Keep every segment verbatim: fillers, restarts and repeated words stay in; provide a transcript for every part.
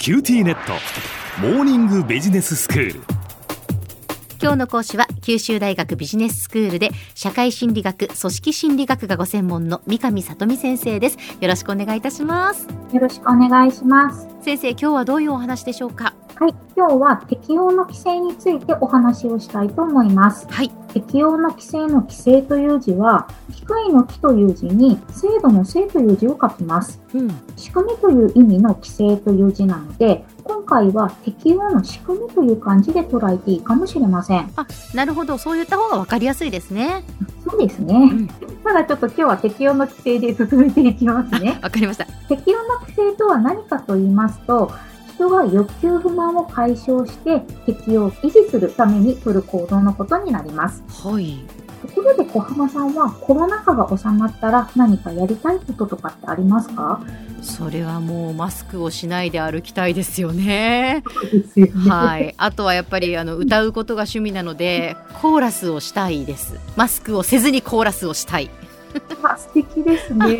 キューティーネットモーニングビジネススクール。 今日の講師は九州大学ビジネススクールで社会心理学、組織心理学がご専門の三上里美先生です。よろしくお願いいたします。 よろしくお願いします。 先生、今日はどういうお話でしょうか？ はい、今日は適用の規制についてお話をしたいと思います。 はい。 適用の規制の規制という字は、機械の機という字に制度の制という字を書きます。 うん、 仕組みという意味の規制という字なので、今回は適用の仕組みという感じで捉えていいかもしれません。 あ、なるほど。そう言った方が分かりやすいですね。 そうですね。 うん、 ただちょっと今日は適用の規制で進めていきますね。 わかりました。 適用の規制とは何かと言いますと、人が欲求不満を解消して適用を維持するために取る行動のことになります。 はい。 ところで小浜さんはコロナ禍が収まったら何かやりたいこととかってありますか？ それはもうマスクをしないで歩きたいですよね。 そうですよね。 はい。あとはやっぱりあの歌うことが趣味なのでコーラスをしたいです。マスクをせずにコーラスをしたい。 あ、素敵ですね。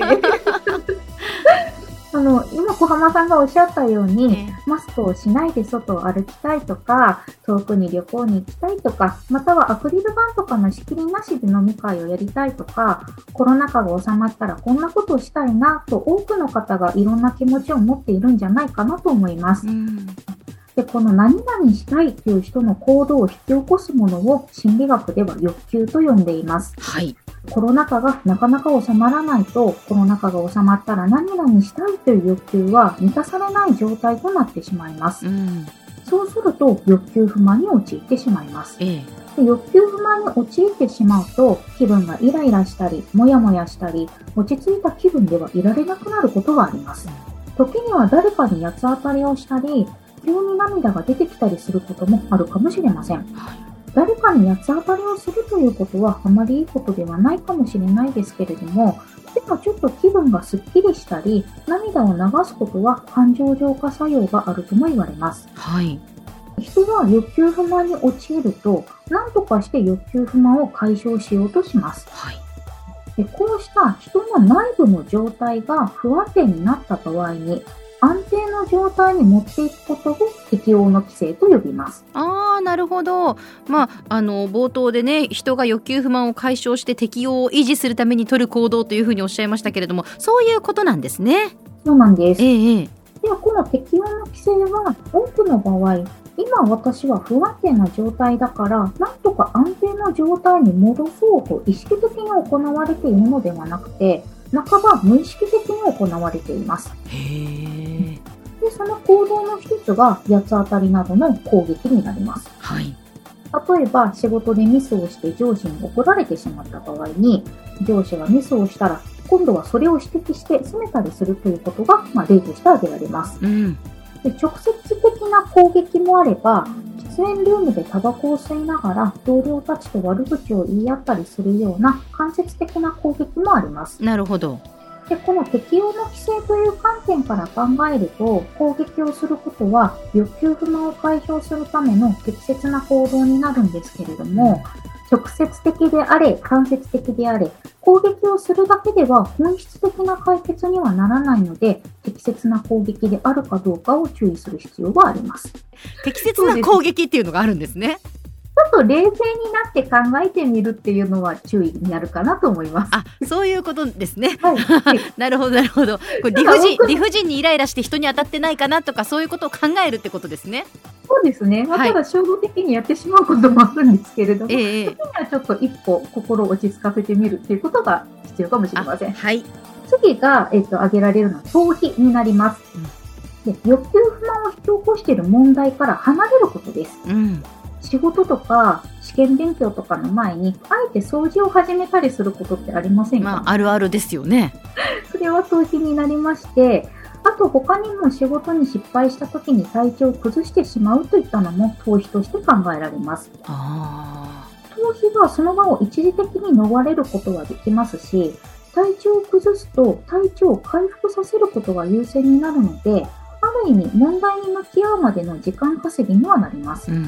あの、今小浜さんがおっしゃったように、えー、マスクをしないで外を歩きたいとか、遠くに旅行に行きたいとか、またはアクリル板とかの仕切りなしで飲み会をやりたいとか、コロナ禍が収まったらこんなことをしたいなと多くの方がいろんな気持ちを持っているんじゃないかなと思います。うん、で、この何々したいという人の行動を引き起こすものを心理学では欲求と呼んでいます。 はい。 コロナ禍がなかなか収まらないと、コロナ禍が収まったら何々したいという欲求は満たされない状態となってしまいます。うん、そうすると欲求不満に陥ってしまいます。ええ、で欲求不満に陥ってしまうと気分がイライラしたり、もやもやしたり、落ち着いた気分ではいられなくなることがあります。時には誰かに八つ当たりをしたり、急に涙が出てきたりすることもあるかもしれません。誰かに八つ当たりをするということはあまりいいことではないかもしれないですけれども、でもちょっと気分がすっきりしたり、涙を流すことは感情浄化作用があるとも言われます。 はい。 人が欲求不満に陥ると、何とかして欲求不満を解消しようとします。 はい。 で、こうした人の内部の状態が不安定になった場合に、安定の状態に持っていくことを適応の規制と呼びます。 ああ、なるほど。まあ、あの冒頭でね、人が欲求不満を解消して適応を維持するために取る行動というふうにおっしゃいましたけれども、そういうことなんですね。 そうなんです。 ええ、 ではこの適応の規制は多くの場合、今私は不安定な状態だから、なんとか安定な状態に戻そうと意識的に行われているのではなくて、半ば無意識的に行われています。 へー。 で、その行動の一つが八つ当たりなどの攻撃になります。 はい。 例えば仕事でミスをして上司に怒られてしまった場合に、上司がミスをしたら今度はそれを指摘して責めたりするということが、まあ、例として挙げられます。うん、で、直接的な攻撃もあれば、喫煙ルームでタバコを吸いながら同僚たちと悪口を言い合ったりするような間接的な攻撃もあります。 なるほど。 で、この適応の規制という観点から考えると、攻撃をすることは欲求不満を解消するための適切な行動になるんですけれども、直接的であれ、間接的であれ、攻撃をするだけでは本質的な解決にはならないので、適切な攻撃であるかどうかを注意する必要があります。 適切な攻撃っていうのがあるんですね。 ちょっと冷静になって考えてみるっていうのは注意になるかなと思います。 あ、そういうことですね。 はいはい、 なるほどなるほど。これ理不尽理不尽にイライラして人に当たってないかなとか、そういうことを考えるってことですね。 そうですね。まあ、ただ衝動的にやってしまうこともあるんですけれども、 ええ、 時にはちょっと一歩心を落ち着かせてみるっていうことが必要かもしれません。 はい。 次が、えっと、挙げられるのは逃避になります。うん、で、欲求不満を引き起こしている問題から離れることです。うん、仕事とか試験勉強とかの前にあえて掃除を始めたりすることってありませんか？ まあ、あるあるですよね。 それは逃避になりまして、あと他にも仕事に失敗した時に体調を崩してしまうといったのも逃避として考えられます。 あ逃避はその場を一時的に逃れることはできますし、体調を崩すと体調を回復させることが優先になるので、ある意味問題に向き合うまでの時間稼ぎにはなります。うん、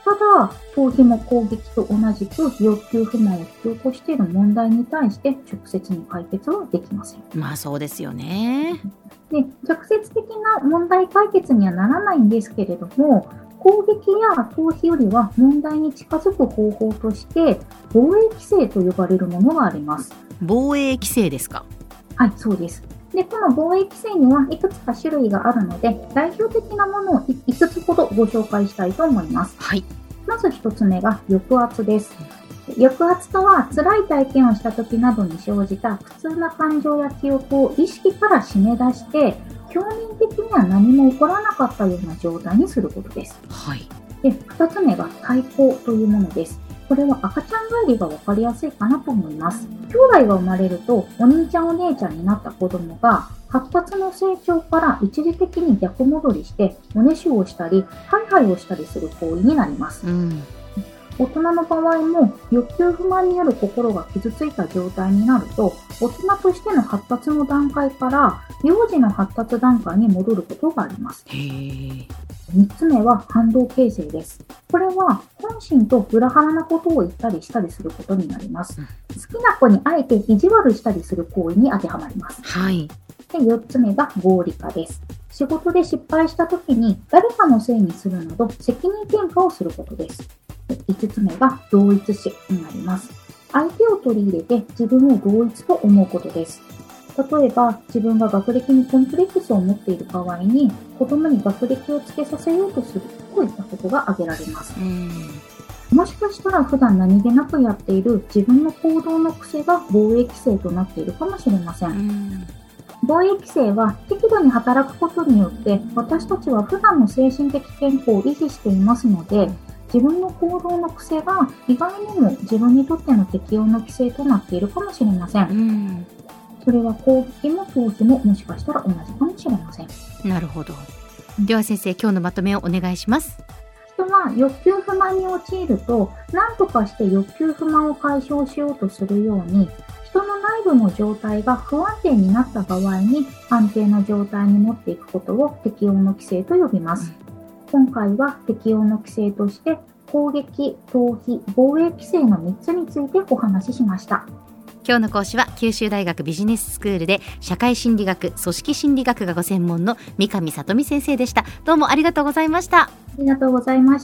ただ、逃避も攻撃と同じく欲求不満を引き起こしている問題に対して直接に解決はできません。 まあそうですよね。 で、直接的な問題解決にはならないんですけれども、攻撃や逃避よりは問題に近づく方法として防衛規制と呼ばれるものがあります。 防衛規制ですか？ はい、そうです。で、この防衛規制にはいくつか種類があるので、代表的なものをいつつほどご紹介したいと思います。 はい。 まずひとつめが抑圧です。抑圧とは辛い体験をした時などに生じた苦痛な感情や記憶を意識から締め出して、表面的には何も起こらなかったような状態にすることです。 はい。 で、二つ目が対抗というものです。これは赤ちゃん返りが分かりやすいかなと思います。兄弟が生まれると、お兄ちゃんお姉ちゃんになった子供が、発達の成長から一時的に逆戻りして、おねしょをしたり、ハイハイをしたりする行為になります。うん、大人の場合も、欲求不満による心が傷ついた状態になると、大人としての発達の段階から、幼児の発達段階に戻ることがあります。へー。三つ目は反動形成です。これは本心と裏腹なことを言ったりしたりすることになります。好きな子にあえて意地悪したりする行為に当てはまります。 はい。 で、四つ目が合理化です。仕事で失敗した時に誰かのせいにするなど責任転嫁をすることです。で、五つ目が同一視になります。相手を取り入れて自分を同一と思うことです。例えば、自分が学歴にコンプレックスを持っている場合に、子供に学歴をつけさせようとするといったことが挙げられます。もしかしたら普段何気なくやっている自分の行動の癖が防衛規制となっているかもしれません。防衛規制は適度に働くことによって、私たちは普段の精神的健康を維持していますので、自分の行動の癖が意外にも自分にとっての適応の規制となっているかもしれません。うんそれは攻撃も逃避ももしかしたら同じかもしれません。 なるほど。では先生、今日のまとめをお願いします。 人は欲求不満に陥ると、何とかして欲求不満を解消しようとするように、人の内部の状態が不安定になった場合に安定な状態に持っていくことを適応の規制と呼びます。うん、今回は適応の規制として攻撃、逃避、防衛規制のみっつについてお話ししました。 今日の講師は九州大学ビジネススクールで社会心理学、組織心理学がご専門の三上里美先生でした。どうもありがとうございました。 ありがとうございました。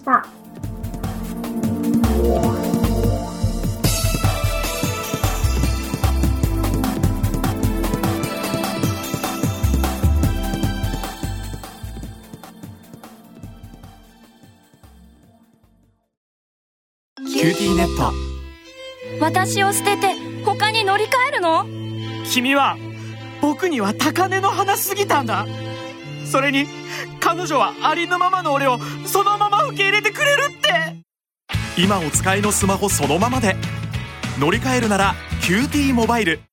キューティーネット。 私を捨てて他に乗り換えるの？ 君は僕には高嶺の花すぎたんだ。それに彼女はありのままの俺をそのまま受け入れてくれるって。 今お使いのスマホそのままで乗り換えるなら キューティー モバイル。